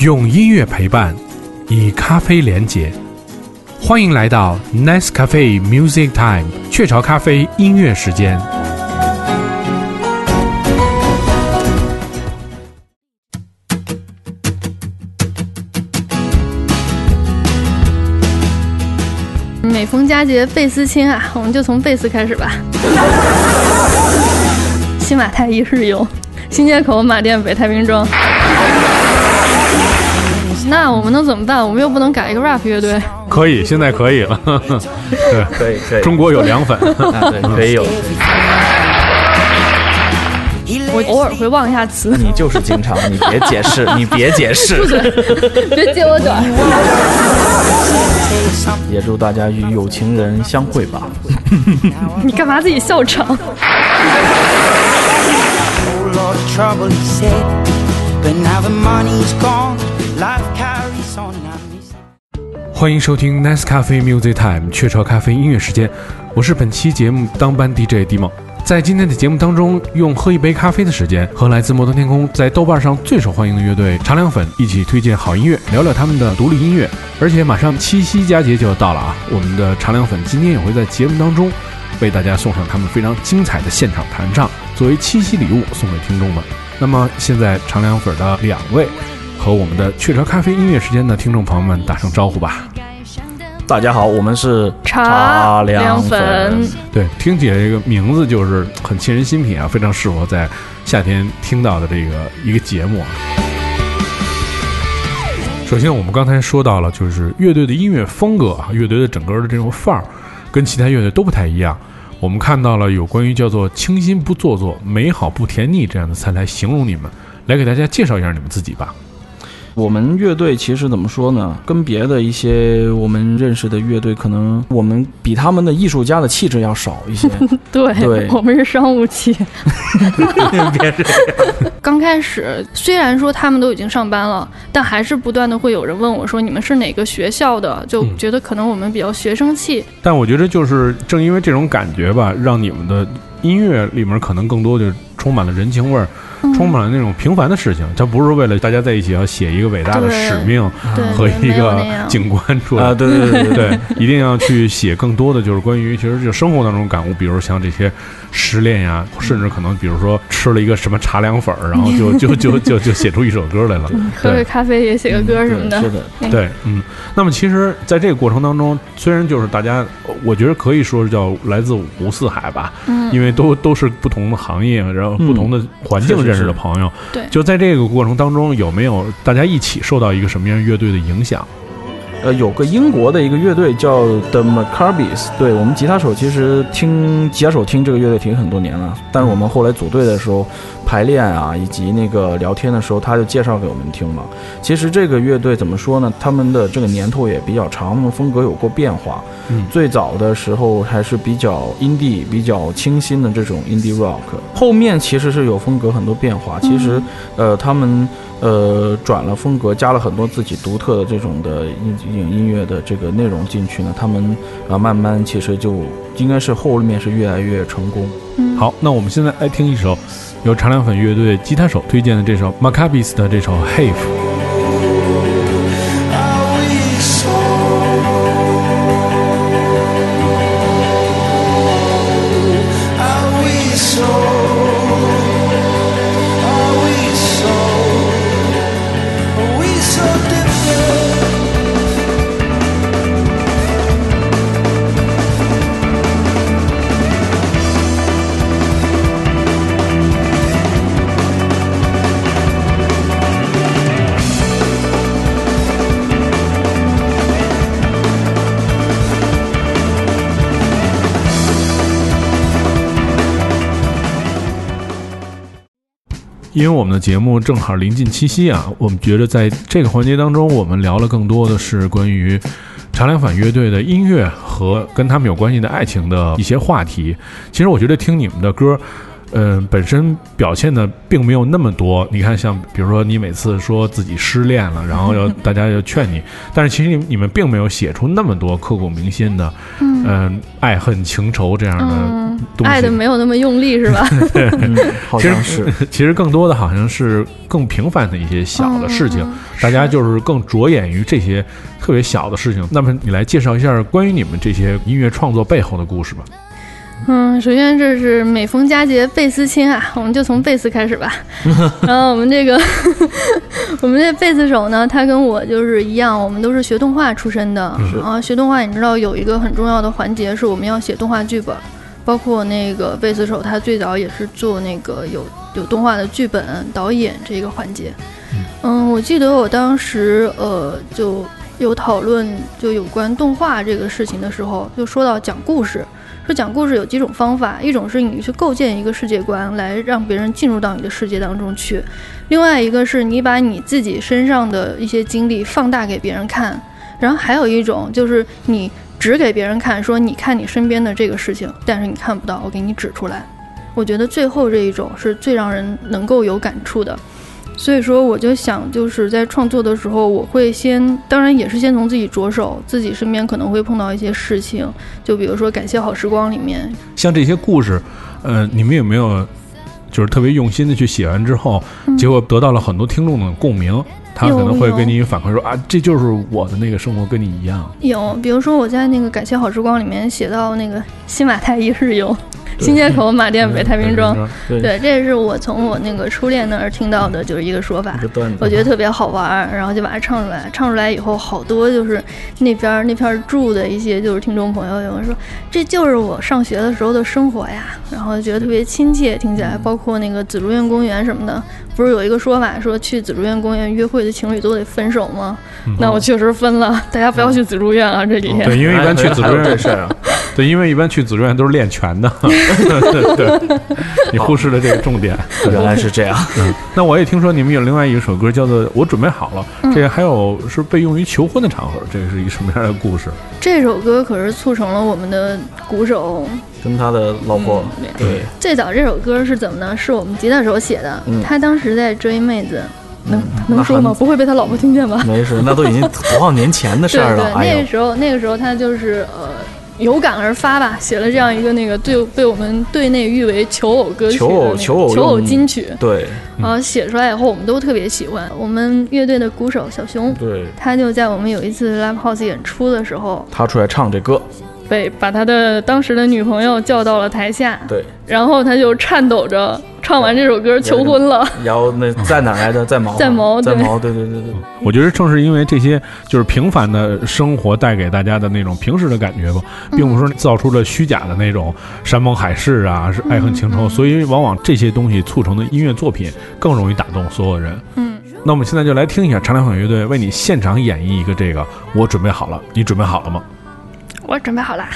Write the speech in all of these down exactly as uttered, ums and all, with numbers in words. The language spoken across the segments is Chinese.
用音乐陪伴，以咖啡连结。欢迎来到 Nescafe Music Time 雀巢咖啡音乐时间。 每逢佳节倍思亲啊，我们就从贝斯开始吧。新马泰一日游，新街口马店北太平庄。那我们能怎么办？我们又不能改一个 rap 乐队。 可以，现在可以了。对， 可以可以。 中国有凉粉， 啊、对，可以有。 我偶尔会忘一下词。 你就是经常，你别解释，你别解释。 住嘴！别接我短。 也祝大家与有情人相会吧。 你干嘛自己笑场？ 欢迎收听 Nescafe Music Time 雀巢咖啡音乐时间，我是本期节目当班 D J 迪梦。在今天的节目当中，用喝一杯咖啡的时间，和来自摩登天空在豆瓣上最受欢迎的乐队茶凉粉一起推荐好音乐，聊聊他们的独立音乐。而且马上七夕佳节就要到了啊，我们的茶凉粉今天也会在节目当中为大家送上他们非常精彩的现场弹唱，作为七夕礼物送给听众们。那么现在茶凉粉的两位和我们的雀巢咖啡音乐时间的听众朋友们打声招呼吧。 大家好，我们是茶凉粉。 对，听起来这个名字就是很沁人心脾啊，非常适合在夏天听到的这个一个节目啊。首先我们刚才说到了，就是乐队的音乐风格啊，乐队的整个的这种范儿跟其他乐队都不太一样。我们看到了有关于叫做清新不做作，美好不甜腻这样的词来形容你们，来给大家介绍一下你们自己吧。 我们乐队其实怎么说呢，跟别的一些我们认识的乐队，可能我们比他们的艺术家的气质要少一些。 对, 对我们是商务气。 别这样。 刚开始虽然说他们都已经上班了，但还是不断的会有人问我说你们是哪个学校的，就觉得可能我们比较学生气、嗯、 但我觉得就是正因为这种感觉吧，让你们的音乐里面可能更多就充满了人情味儿，充满了那种平凡的事情，它不是为了大家在一起要写一个伟大的使命和一个景观出来啊， 对对对 对, 对一定要去写更多的就是关于其实就生活当中感悟，比如像这些失恋呀，甚至可能比如说吃了一个什么茶凉粉，然后就就就就就写出一首歌来了， 喝个咖啡也写个歌什么的， 嗯、是的， 对，嗯。那么其实在这个过程当中，虽然就是大家，我觉得可以说是叫来自五湖四海吧，嗯，因为都都是不同的行业，然后不同的环境认识的朋友， 对、嗯， 就在这个过程当中，有没有大家一起受到一个什么样乐队的影响？ 呃，有个英国的一个乐队叫 The Maccabees， 对，我们吉他手其实听吉他手听这个乐队听很多年了，但是我们后来组队的时候排练啊，以及那个聊天的时候，他就介绍给我们听了。其实这个乐队怎么说呢？他们的这个年头也比较长，他们风格有过变化。嗯，最早的时候还是比较 indie、比较清新的这种 indie rock， 后面其实是有风格很多变化。其实，呃，他们呃转了风格，加了很多自己独特的这种的音音乐的这个内容进去呢，他们啊慢慢其实就应该是后面是越来越成功。 嗯， 好，那我们现在来听一首由茶凉粉乐队吉他手推荐的这首 Maccabees 的这首 Have。因为我们的节目正好临近七夕啊，我们觉得在这个环节当中，我们聊了更多的是关于茶凉粉乐队的音乐和跟他们有关系的爱情的一些话题。其实我觉得听你们的歌嗯、呃，本身表现的并没有那么多。你看，像比如说你每次说自己失恋了，然后要大家要劝你，但是其实你们并没有写出那么多刻骨铭心的，嗯、呃，爱恨情仇这样的东西，嗯、 爱的没有那么用力是吧？ 嗯、好像是。 其实更多的好像是更平凡的一些小的事情，嗯、大家就是更着眼于这些特别小的事情。那么你来介绍一下关于你们这些音乐创作背后的故事吧。 嗯，首先这是每逢佳节倍思亲啊，我们就从贝斯开始吧。然后我们这个我们这贝斯手呢，他跟我就是一样，我们都是学动画出身的。然后学动画，你知道有一个很重要的环节是我们要写动画剧本，包括那个贝斯手他最早也是做那个有有动画的剧本导演这个环节。嗯，我记得我当时呃就有讨论就有关动画这个事情的时候，就说到讲故事。说讲故事有几种方法，一种是你去构建一个世界观来让别人进入到你的世界当中去，另外一个是你把你自己身上的一些经历放大给别人看，然后还有一种就是你指给别人看，说你看你身边的这个事情，但是你看不到，我给你指出来。我觉得最后这一种是最让人能够有感触的。所以说我就想就是在创作的时候，我会先当然也是先从自己着手，自己身边可能会碰到一些事情，就比如说感谢好时光里面像这些故事，呃，你们有没有就是特别用心的去写完之后、嗯、结果得到了很多听众的共鸣，他可能会给你反馈说啊，这就是我的那个生活跟你一样。 有比如说我在那个感谢好时光里面写到那个新马泰一日游，新街口马店北太平庄，对，对，这也是我从我那个初恋那儿听到的，就是一个说法，我觉得特别好玩，然后就把它唱出来。唱出来以后，好多就是那边那片住的一些就是听众朋友有人说，这就是我上学的时候的生活呀，然后觉得特别亲切，听起来。包括那个紫竹院公园什么的，不是有一个说法说去紫竹院公园约会的情侣都得分手吗？嗯、那我确实分了，大家不要去紫竹院啊，这几天。 对，因为一般去紫竹院这事啊。对，因为一般去紫竹院都是练拳的，对对，你忽视了这个重点。 原来是这样。 嗯，那我也听说你们有另外一首歌叫做《我准备好了》，嗯、这个还有是被用于求婚的场合，这个是一个什么样的故事？ 这首歌可是促成了我们的鼓手跟他的老婆、 嗯、对。最早这首歌是怎么呢？是我们吉他手写的，嗯、他当时在追妹子。能能说吗？不会被他老婆听见吧？ 没事，那都已经多少年前的事儿了。 对对，那个时候，那个时候他就是呃有感而发吧，写了这样一个那个对被我们队内誉为求偶歌曲、 求偶求偶求偶金曲。 对， 然后写出来以后，我们都特别喜欢。我们乐队的鼓手小熊， 对， 他就在我们有一次 live house 演出的时候， 他出来唱这歌。 对，把他的当时的女朋友叫到了台下， 对， 然后他就颤抖着唱完这首歌求婚了。 然后那在哪来的？在毛， 在毛， 在毛，对对对对。 我觉得正是因为这些就是平凡的生活带给大家的那种平时的感觉吧，并不是造出了虚假的那种山盟海誓啊，是爱恨情仇，嗯、所以往往这些东西促成的音乐作品更容易打动所有人。嗯，那我们现在就来听一下长良坊乐队为你现场演绎一个这个，我准备好了，你准备好了吗？ 我准备好了。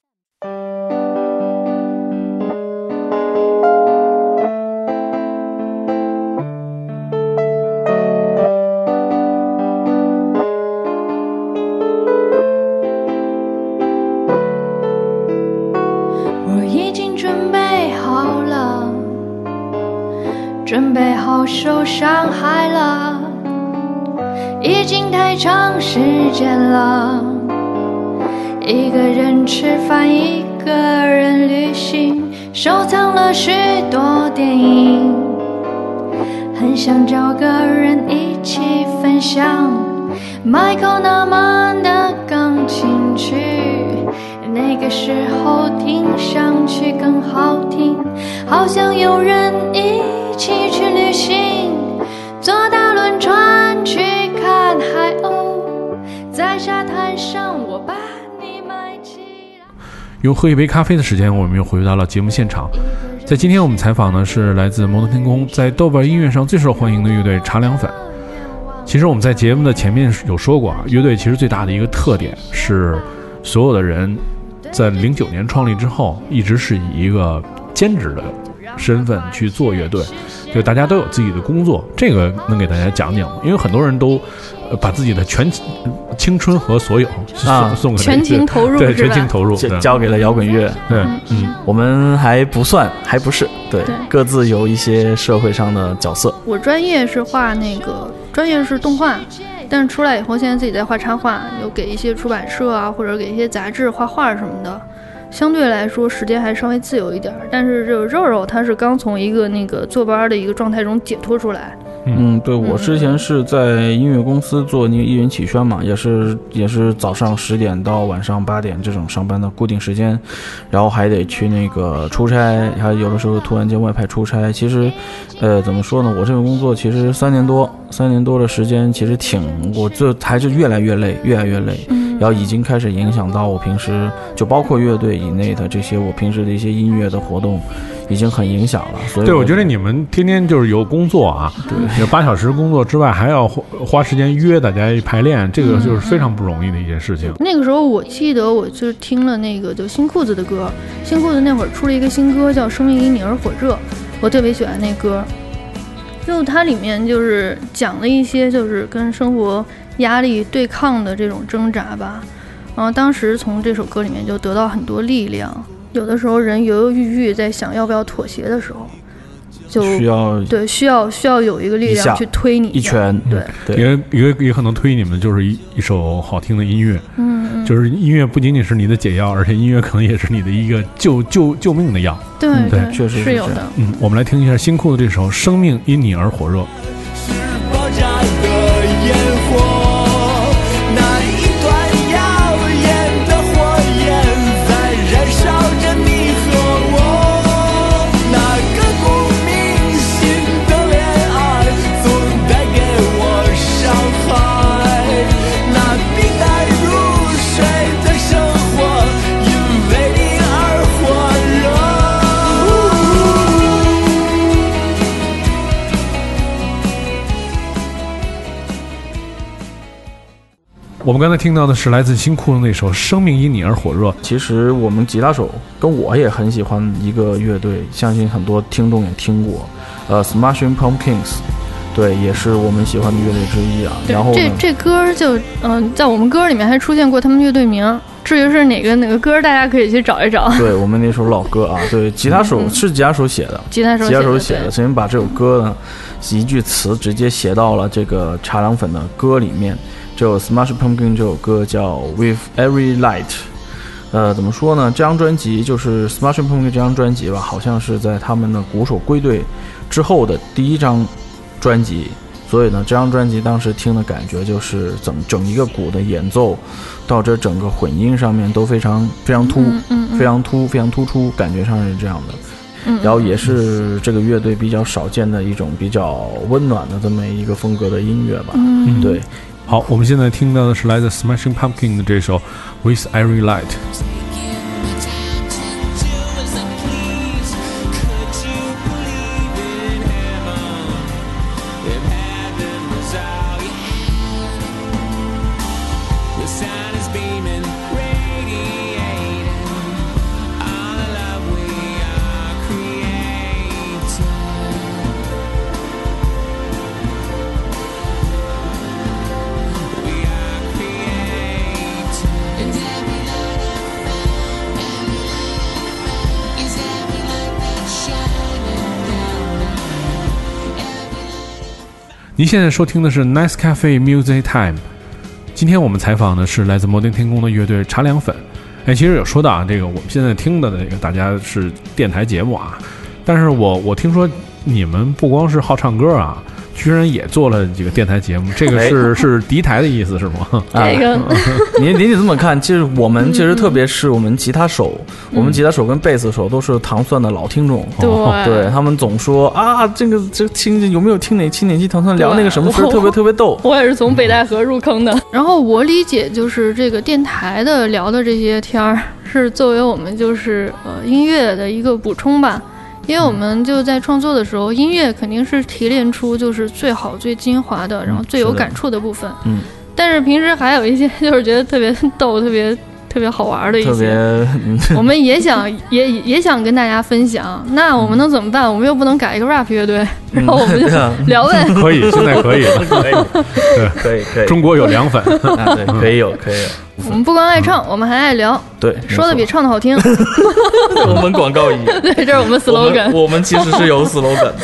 我已经准备好了，准备好受伤害了，已经太长时间了。一个人吃饭，一个人旅行，收藏了许多电影，很想找个人一起分享。迈克纳曼的钢琴曲，那个时候听上去更好听，好像有人一起去旅行，坐大轮船去看海鸥，在沙滩上我把用喝一杯咖啡的时间，我们又回到了节目现场。在今天我们采访的是来自摩登天空在豆瓣音乐上最受欢迎的乐队茶凉粉。其实我们在节目的前面有说过啊，乐队其实最大的一个特点是所有的人在零九年创立之后一直是以一个兼职的身份去做乐队，就大家都有自己的工作，这个能给大家讲讲吗？因为很多人都呃把自己的全青春和所有啊送给全情投入， 对，全情投入， 交交给了摇滚乐。 对，嗯， 我们还不算，还不是，对， 对各自有一些社会上的角色。 我专业是画那个，专业是动画，但是出来以后，现在自己在画插画，有给一些出版社啊，或者给一些杂志画画什么的。相对来说，时间还稍微自由一点，但是这个肉肉他是刚从一个那个坐班的一个状态中解脱出来。 嗯，对，我之前是在音乐公司做那个艺人企宣嘛，也是也是早上十点到晚上八点这种上班的固定时间，然后还得去那个出差，还有的时候突然间外派出差。其实，呃，怎么说呢？我这个工作其实三年多，三年多的时间，其实挺，我这还是越来越累，越来越累。然后已经开始影响到我平时，就包括乐队以内的这些我平时的一些音乐的活动，已经很影响了。所以， 对，我觉得你们天天就是有工作啊，对，有八小时工作之外，还要花花时间约大家排练，这个就是非常不容易的一件事情。 那个时候我记得我就是听了那个就新裤子的歌，新裤子那会儿出了一个新歌叫《生命因你而火热》，我特别喜欢那歌。就它里面就是讲了一些就是跟生活压力对抗的这种挣扎吧，然后当时从这首歌里面就得到很多力量。有的时候人犹犹豫豫在想要不要妥协的时候，就需要对需要需要有一个力量去推你一拳， 对对， 也也也可能推你们就是一一首好听的音乐， 嗯嗯， 就是音乐不仅仅是你的解药，而且音乐可能也是你的一个救救救命的药。 对、 嗯、对， 确实是有的。 嗯，我们来听一下新裤的这首《生命因你而火热》。 是爆炸的烟火，那一段耀眼的火焰在燃烧着你和我，那个不明心的恋爱总带给我伤害，那平淡如水的生活因为你而火热。 我们刚才听到的是来自新裤的那首《生命因你而火热》。 其实我们吉他手跟我也很喜欢一个乐队，相信很多听众也听过，呃 Smashing Pumpkins， 对，也是我们喜欢的乐队之一啊。然后这这歌就嗯、呃，在我们歌里面还出现过他们乐队名，至于是哪个哪个歌，大家可以去找一找。 对，我们那首老歌啊，对，吉他手、嗯、是吉他手写的， 吉他手吉他手写的，所以把这首歌呢一句词直接写到了这个茶凉粉的歌里面。这首 Smashing Pumpkins 这首歌叫 With Every Light， 呃，怎么说呢？这张专辑就是 Smashing Pumpkins 这张专辑吧，好像是在他们的鼓手归队之后的第一张专辑，所以呢，这张专辑当时听的感觉就是整整一个鼓的演奏到这整个混音上面都非常非常突， 嗯嗯嗯、 非常突，非常突出，感觉上是这样的。 嗯、 然后也是这个乐队比较少见的一种比较温暖的这么一个风格的音乐吧。 嗯， 对。 好，我们现在听到的是来自 Smashing Pumpkins 的这首 With Every Light。您现在收听的是 Nice Cafe Music Time， 今天我们采访的是来自摩登天空的乐队茶凉粉。哎，其实有说到啊，这个我们现在听的那个大家是电台节目啊，但是我我听说你们不光是好唱歌啊，居然也做了几个电台节目，这个是、哎、是敌台的意思是吗？ 这个， 您您得这么看，其实我们其实特别是我们吉他手，嗯、我们吉他手跟贝斯手都是糖蒜的老听众， 对、 哦，对他们总说啊，这个这听有没有听哪期哪期糖蒜聊那个什么事，特别特别逗。 我也是从北戴河入坑的，然后我理解就是这个电台的聊的这些天儿，是作为我们就是呃音乐的一个补充吧。因为我们就在创作的时候，音乐肯定是提炼出就是最好最精华的，然后最有感触的部分。 嗯， 但是平时还有一些就是觉得特别逗、特别特特别好玩的一些， 特别、嗯、 我们也想也也想跟大家分享。那我们能怎么办？我们又不能改一个 rap 乐队，然后我们就聊呗。 可以，现在可以了， 可以，对，可以，可以。 中国有凉粉， 啊，对，可以有，可以有。 我们不光爱唱，我们还爱聊。 对， 说的比唱的好听。 我们广告语。 对，这是我们 slogan。 我们其实是有 slogan 的。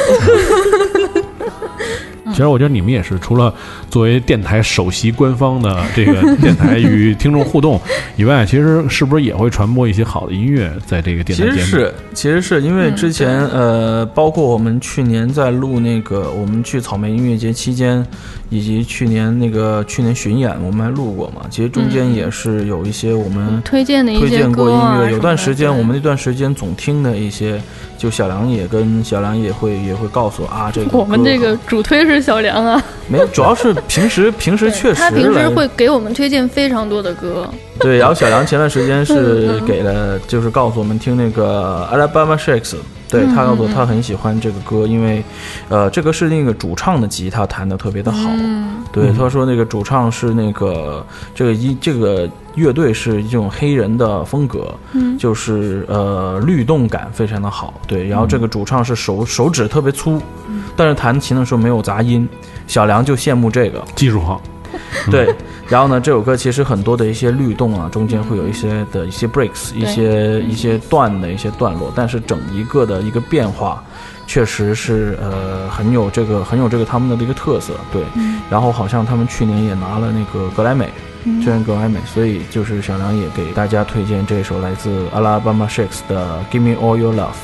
其实我觉得你们也是，除了作为电台首席官方的这个电台与听众互动以外，其实是不是也会传播一些好的音乐在这个电台节目？ 其实是，其实是因为之前、嗯、呃，包括我们去年在录那个，我们去草莓音乐节期间，以及去年那个去年巡演，我们还录过嘛。其实中间也是有一些我们推荐的一些推荐过音乐， 歌啊， 有段时间我们那段时间总听的一些。就小梁也跟小梁也会也会告诉我啊，这个我们这个主推是小梁啊， 没有，主要是平时平时确实他平时会给我们推荐非常多的歌。 对，然后小梁前段时间是给了，就是告诉我们听那个 Alabama Shakes。对，他告诉我他很喜欢这个歌，因为，呃，这个是那个主唱的吉他弹得特别的好。 嗯、 对，他说那个主唱是那个这个一这个乐队是这种黑人的风格， 嗯、 就是呃律动感非常的好。对，然后这个主唱是手手指特别粗， 嗯、 但是弹琴的时候没有杂音，小梁就羡慕这个技术好。 对，然后呢，这首歌其实很多的一些律动啊，中间会有一些的一些 breaks， 一些一些段的一些段落，但是整一个的一个变化，确实是呃很有这个很有这个他们的一个特色。对， 嗯、 然后好像他们去年也拿了那个格莱美，去年格莱美，所以就是小梁也给大家推荐这首来自 Alabama Shakes 的 Give Me All Your Love。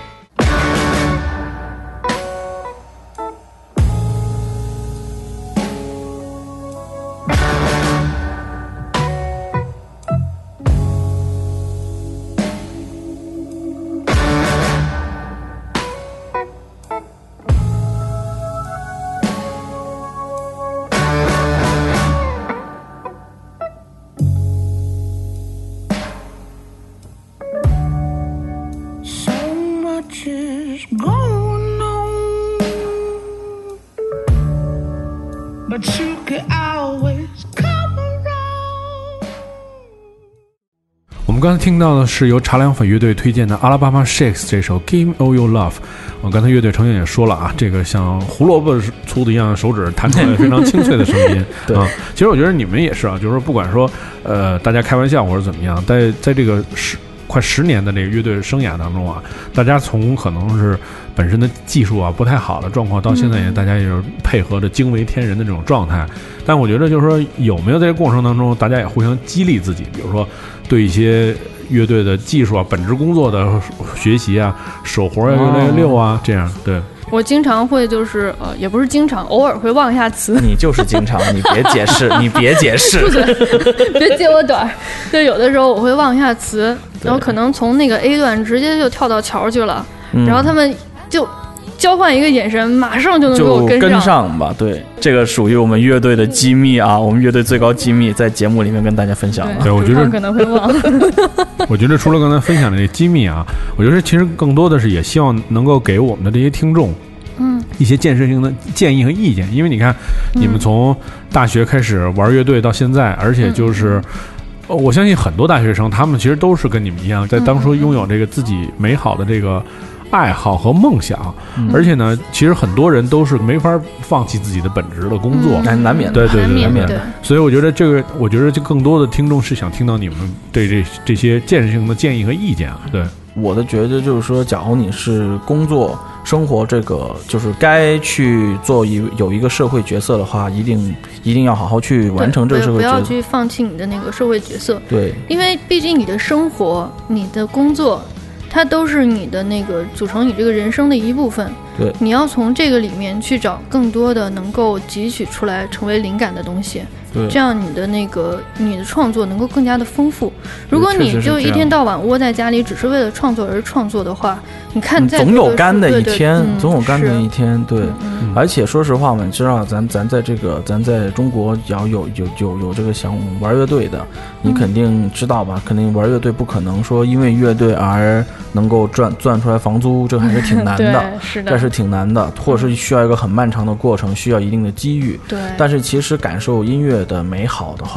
我们刚才听到的是由茶凉粉乐队推荐的 Alabama Shakes 这首 Give Me All Your Love。我刚才乐队成员也说了啊，这个像胡萝卜粗的一样的手指弹出来非常清脆的声音对啊。其实我觉得你们也是啊，就是说不管说呃大家开玩笑或者怎么样，在在这个十快十年的这个乐队生涯当中啊，大家从可能是本身的技术啊不太好的状况，到现在也大家也是配合着惊为天人的这种状态。但我觉得就是说有没有在这个过程当中，大家也互相激励自己，比如说对一些乐队的技术啊、本职工作的学习啊、手活要越来越溜啊，哦、这样对。 我经常会就是呃，也不是经常，偶尔会忘一下词。 你就是经常，你别解释，你别解释， 别接我短儿。就有的时候我会忘一下词，然后可能从那个 A 段直接就跳到桥去了，嗯、然后他们就交换一个眼神，马上就能给我跟上。 就跟上吧，对，这个属于我们乐队的机密啊，我们乐队最高机密，在节目里面跟大家分享了。 对，我觉得可能会忘。 我觉得除了刚才分享的这机密啊，我觉得其实更多的是也希望能够给我们的这些听众， 嗯， 一些建设性的建议和意见。因为你看，你们从大学开始玩乐队到现在，而且就是。嗯，我相信很多大学生，他们其实都是跟你们一样，在当初拥有这个自己美好的这个爱好和梦想，嗯、而且呢，其实很多人都是没法放弃自己的本职的工作， 难、嗯、难免的，对对对， 难免的。 所以我觉得这个，我觉得就更多的听众是想听到你们对这这些建设性的建议和意见啊。对， 我的觉得就是说，假如你是工作。生活这个就是该去做一有一个社会角色的话，一定一定要好好去完成这个社会角色， 不要去放弃你的那个社会角色。 对， 因为毕竟你的生活、你的工作，它都是你的那个组成你这个人生的一部分。 对， 你要从这个里面去找更多的能够汲取出来成为灵感的东西。 对， 这样你的那个你的创作能够更加的丰富。如果你就一天到晚窝在家里，只是为了创作而创作的话，你看再总有干的一天， 嗯、 总有干的一天。对， 嗯、 而且说实话，我们知道咱咱在这个咱在中国要有有有有这个想玩乐队的，你肯定知道吧？肯定玩乐队不可能说因为乐队而能够赚赚出来房租，这还是挺难的。 是的， 这是挺难的，或者是需要一个很漫长的过程，需要一定的机遇。 对， 但是其实感受音乐的美好的话，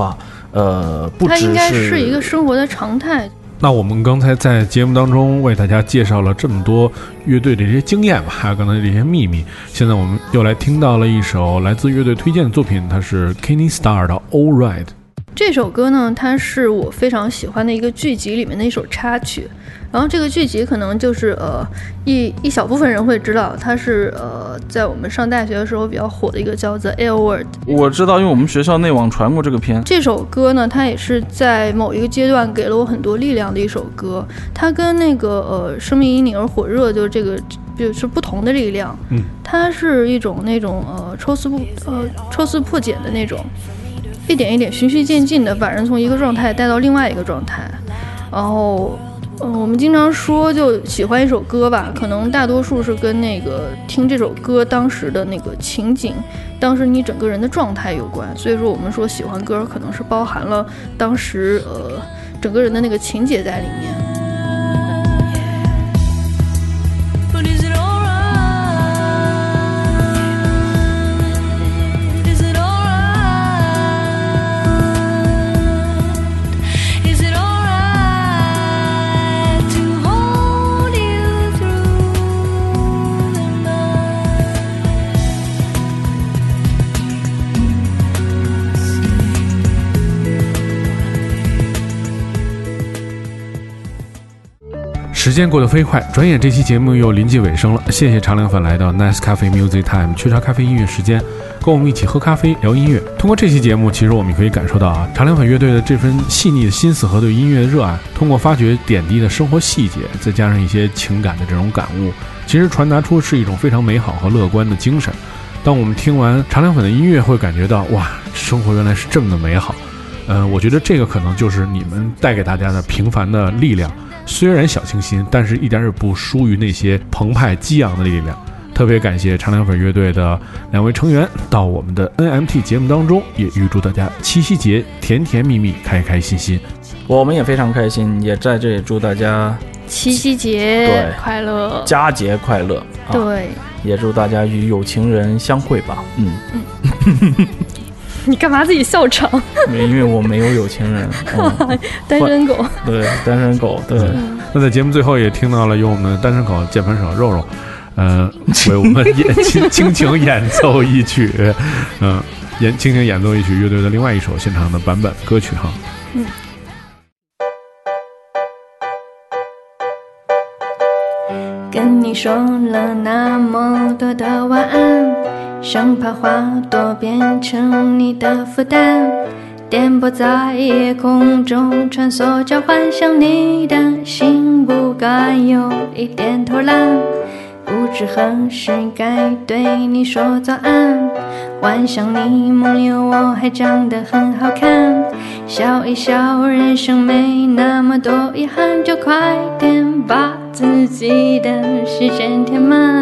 呃，不只是它应该是一个生活的常态。 那我们刚才在节目当中为大家介绍了这么多乐队的这些经验吧，还有刚才这些秘密。现在我们又来听到了一首来自乐队推荐的作品，它是 Kenny Starr 的 All Right。 这首歌呢，它是我非常喜欢的一个剧集里面的一首插曲。然后这个剧集可能就是呃一一小部分人会知道，它是呃在我们上大学的时候比较火的一个叫 The L Word。 我知道，因为我们学校内网传过这个片。 这首歌呢，它也是在某一个阶段给了我很多力量的一首歌。它跟那个呃生命因你而火热，就是这个就是不同的力量。 嗯， 它是一种那种呃抽丝不呃抽丝破茧的那种。一点一点循序渐进的把人从一个状态带到另外一个状态。然后嗯，我们经常说就喜欢一首歌吧，可能大多数是跟那个听这首歌当时的那个情景，当时你整个人的状态有关。所以说我们说喜欢歌可能是包含了当时呃整个人的那个情节在里面。 时间过得飞快，转眼这期节目又临近尾声了。谢谢茶凉粉来到 Nice Cafe Music Time 雀巢咖啡音乐时间，跟我们一起喝咖啡聊音乐。通过这期节目，其实我们可以感受到啊，茶凉粉乐队的这份细腻的心思和对音乐的热爱，通过发掘点滴的生活细节，再加上一些情感的这种感悟，其实传达出是一种非常美好和乐观的精神。当我们听完茶凉粉的音乐，会感觉到哇，生活原来是这么的美好。呃，我觉得这个可能就是你们带给大家的平凡的力量。虽然小清新，但是一点也不输于那些澎湃激昂的力量。特别感谢茶凉粉乐队的两位成员到我们的 N M T 节目当中，也预祝大家七夕节甜甜蜜蜜，开开心心。 我们也非常开心，也在这里祝大家七夕节快乐， 佳节快乐。 啊、对， 也祝大家与有情人相会吧。嗯。 嗯你干嘛自己笑场？ 因为我没有有情人， 嗯、单身狗。 对，单身狗。对、嗯。 那在节目最后也听到了由我们的单身狗键盘手肉肉，呃，为我们演轻轻轻演奏一曲，嗯、呃，演轻轻演奏一曲乐队的另外一首现场的版本歌曲哈。嗯。 跟你说了那么多的晚安，生怕花朵变成你的负担，电波在夜空中穿梭着，幻想你的心不敢有一点偷懒，不知何时该对你说早安，幻想你梦里有我还长得很好看，笑一笑人生没那么多遗憾，就快点把自己的时间填满。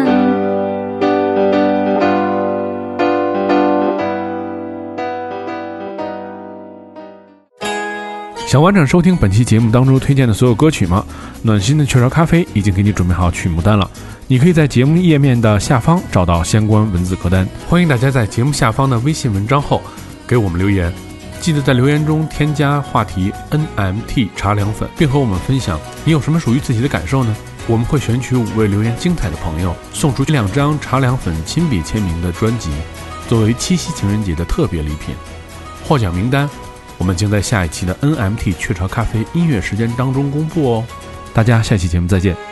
想完整收听本期节目当中推荐的所有歌曲吗？暖心的雀巢咖啡已经给你准备好曲目单了，你可以在节目页面的下方找到相关文字歌单。欢迎大家在节目下方的微信文章后给我们留言，记得在留言中添加话题 N M T 茶凉粉，并和我们分享你有什么属于自己的感受呢？我们会选取五位留言精彩的朋友，送出两张茶凉粉亲笔签名的专辑，作为七夕情人节的特别礼品。获奖名单我们将在下一期的 N M T 雀巢咖啡音乐时间当中公布哦。大家下期节目再见。